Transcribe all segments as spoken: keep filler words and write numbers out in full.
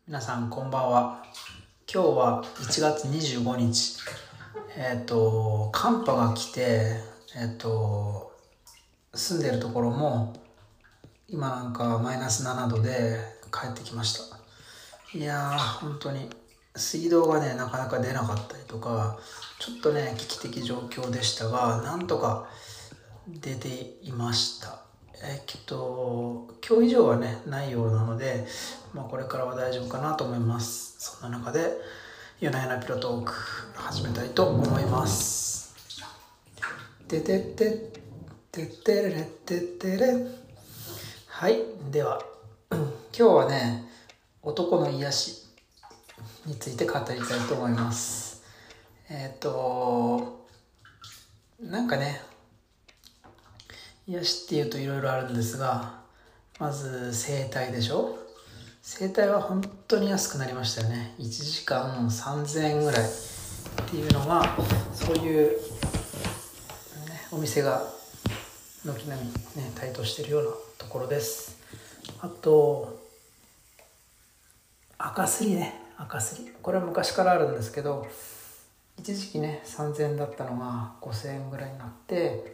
皆さんこんばんは。今日はいちがつにじゅうごにち。えっ、と、寒波が来て、えっ、と、住んでるところも今なんかマイナスななどで帰ってきました。いやー、本当に水道がね、なかなか出なかったりとか、ちょっとね、危機的状況でしたが、なんとか出ていました。えー、きっと今日以上はねないようなので、まあ、これからは大丈夫かなと思います。そんな中で夜な夜なピロトーク始めたいと思います。てててててれれててれ。はい、では今日はね、男の癒しについて語りたいと思います。えっ、ー、となんかね、癒しっていうといろいろあるんですが、まず整体でしょ。整体は本当に安くなりましたよね。いちじかんさんぜんえんぐらいっていうのが、そういう、ね、お店が軒並みね台頭しているようなところです。あと赤すりね、赤すり、これは昔からあるんですけど、一時期ねさんぜんえんだったのがごせんえんぐらいになって、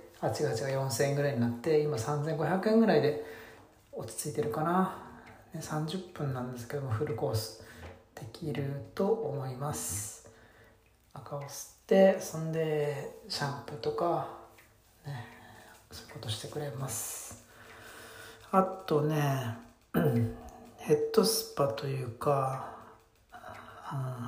あ違う違うよんせんえんぐらいになって、今さんぜんごひゃくえんぐらいで落ち着いてるかな。さんじゅっぷんなんですけども、フルコースできると思います。赤を吸って、そんでシャンプーとかね、そういうことしてくれます。あとねヘッドスパというか、うん、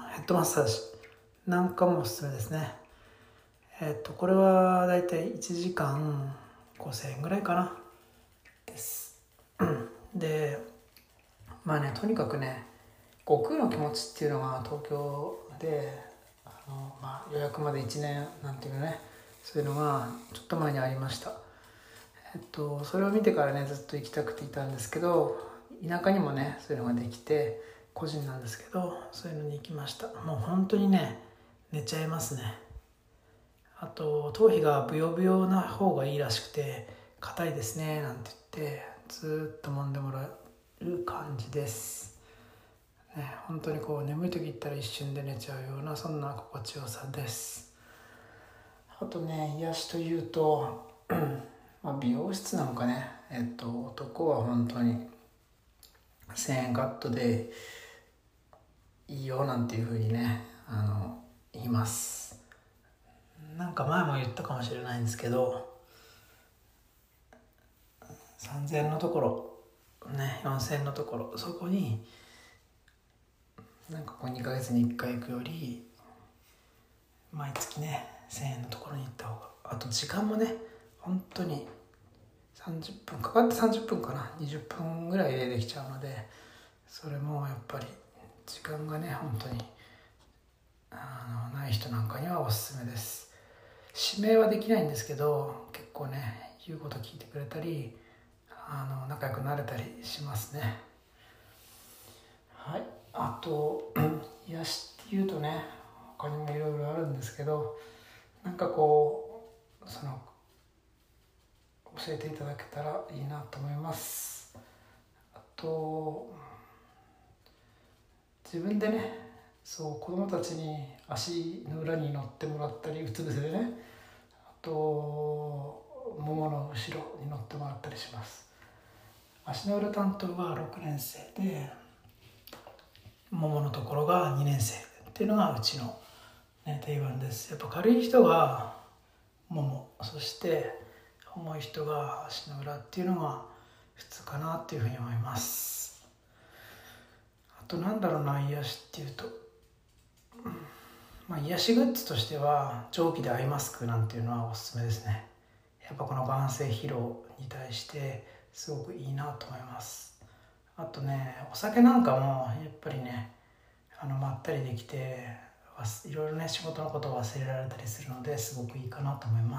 ヘッドマッサージなんかもおすすめですね。えっとこれはだいたいいちじかんごせんえんぐらいかなですで、まあね、とにかくね、悟空の気持ちっていうのが東京であの、まあ、予約までいちねんなんていうね、そういうのがちょっと前にありました。えっとそれを見てからね、ずっと行きたくていたんですけど、田舎にもねそういうのができて、個人なんですけど、そういうのに行きました。もう本当にね、寝ちゃいますね。あと頭皮がブヨブヨな方がいいらしくて、硬いですねなんて言ってずっと揉んでもらう感じです。ね、本当にこう眠い時行ったら一瞬で寝ちゃうような、そんな心地よさです。あとね、癒しというとまあ、美容室なんかね、えっと男は本当にせんえんカットでいいよなんていう風にね、あの言います。なんか前も言ったかもしれないんですけど、さんぜんえんのところね、よんせんえんのところ、そこになんかこうにかげつにいっかい行くより、毎月ねせんえんのところに行った方が、あと時間もね、本当にさんじゅっぷんかかってさんじゅっぷんかな、にじゅっぷんぐらいでできちゃうので、それもやっぱり時間がね本当にあのない人なんかにはおすすめです。指名はできないんですけど、結構ね言うこと聞いてくれたり、あの仲良くなれたりしますね。はい、あと癒しっていうとね、他にもいろいろあるんですけど、なんかこうその教えていただけたらいいなと思います。あと自分でね、そう子供たちに足の裏に乗ってもらったり、うつ伏せでね、あとももの後ろに乗ってもらったりします。足の裏担当がろくねんせいで、もものところがにねんせいっていうのがうちの、ね、定番です。やっぱ軽い人がもも、そして重い人が足の裏っていうのが普通かなっていうふうに思います。あとなんだろうな、癒しっていうと、まあ、癒しグッズとしては蒸気でアイマスクなんていうのはおすすめですね。やっぱこの眼性疲労に対してすごくいいなと思います。あとね、お酒なんかもやっぱりね、あのまったりできて、いろいろね仕事のことを忘れられたりするので、すごくいいかなと思います。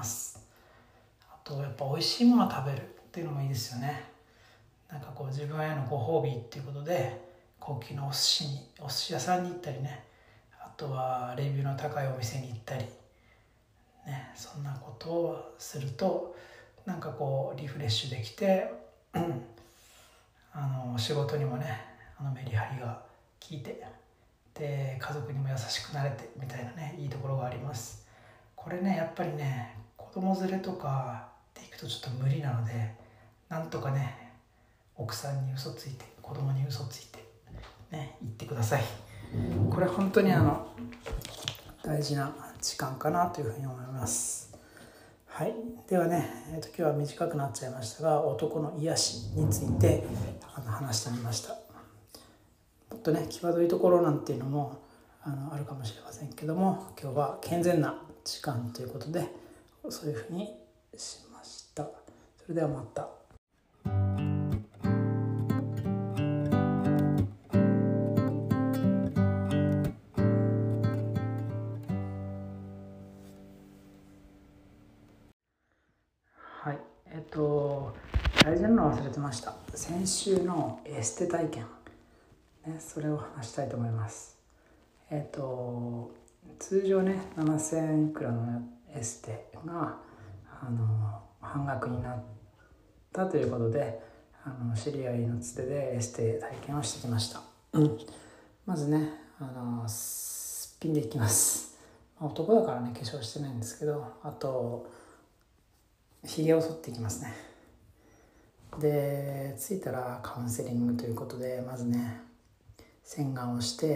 あとやっぱ美味しいものを食べるっていうのもいいですよね。なんかこう自分へのご褒美っていうことで、高級なお寿司にお寿司屋さんに行ったりね、あとはレビューの高いお店に行ったりね、そんなことをするとなんかこうリフレッシュできてあの仕事にもね、あのメリハリが聞いて、で家族にも優しくなれてみたいなね、いいところがあります。これねやっぱりね、子供連れとかで行くとちょっと無理なので、なんとかね奥さんに嘘ついて子供に嘘ついてね行ってください。これ本当にあの大事な時間かなというふうに思います。はい、ではね、えー、と今日は短くなっちゃいましたが、男の癒しについてあの話してみました。もっとね際どいところなんていうのもあのあるかもしれませんけども、今日は健全な時間ということでそういうふうにしました。それではまた。はい、えっと大事なのを忘れてました。先週のエステ体験、ね、それを話したいと思います。えっと通常ねななせんえんいくらのエステがあの半額になったということで、あの知り合いのつてでエステ体験をしてきました。うん、まずねあのすっぴんでいきます。男だからね化粧してないんですけど、あとひげを剃っていきますね。で着いたらカウンセリングということで、まずね洗顔をして、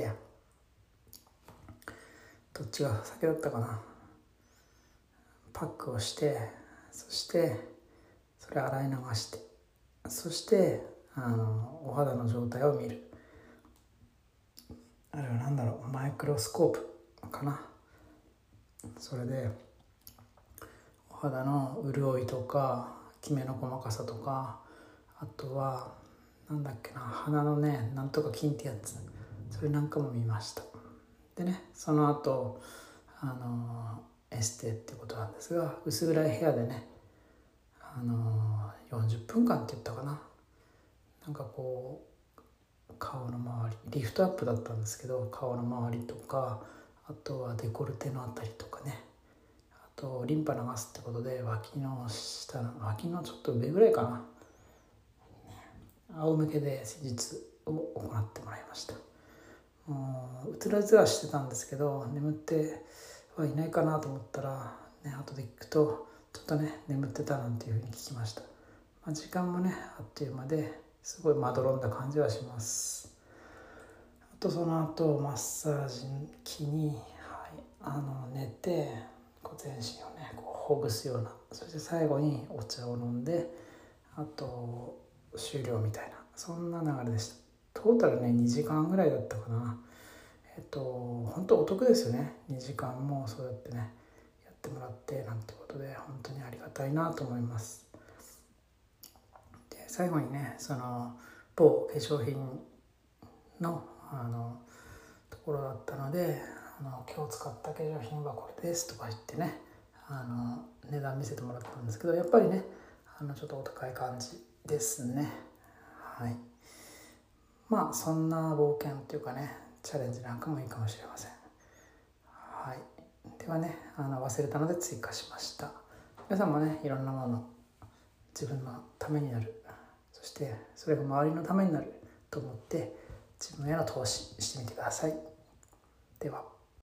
どっちが先だったかな、パックをして、そしてそれ洗い流して、そしてあのお肌の状態を見る。あれは何だろう、マイクロスコープかな。それでお肌の潤いとかきめの細かさとか、あとはなんだっけな、鼻のねなんとか筋ってやつ、それなんかも見ました。でねその後あのエステってことなんですが、薄暗い部屋でねあのよんじゅっぷんかんって言ったかな、なんかこう顔の周りリフトアップだったんですけど、顔の周りとか、あとはデコルテのあたりとかね、あとリンパ流すってことで脇の下の脇のちょっと上ぐらいかな、仰向けで施術を行ってもらいました。もううつらうつらしてたんですけど、眠ってはいないかなと思ったらね、後で聞くとちょっとね眠ってたなんていうふうに聞きました。まあ、時間もねあっという間ですごいまどろんだ感じはします。あとその後マッサージ機に、はい、あの寝てこう全身をねこうほぐすような、そして最後にお茶を飲んで、あと終了みたいな、そんな流れでした。トータルねにじかんぐらいだったかな。えっと本当お得ですよね。にじかんもそうやってねやってもらってなんてことで、本当にありがたいなと思います。で最後にねその某化粧品のあのところだったので、あの今日使った化粧品はこれですとか言ってね、あの値段見せてもらったんですけど、やっぱりねあのちょっとお高い感じですね。はい、まあそんな冒険っていうかねチャレンジなんかもいいかもしれません。はい、ではねあの忘れたので追加しました。皆さんもねいろんなもの自分のためになる、そしてそれが周りのためになると思って自分への投資してみてください。では。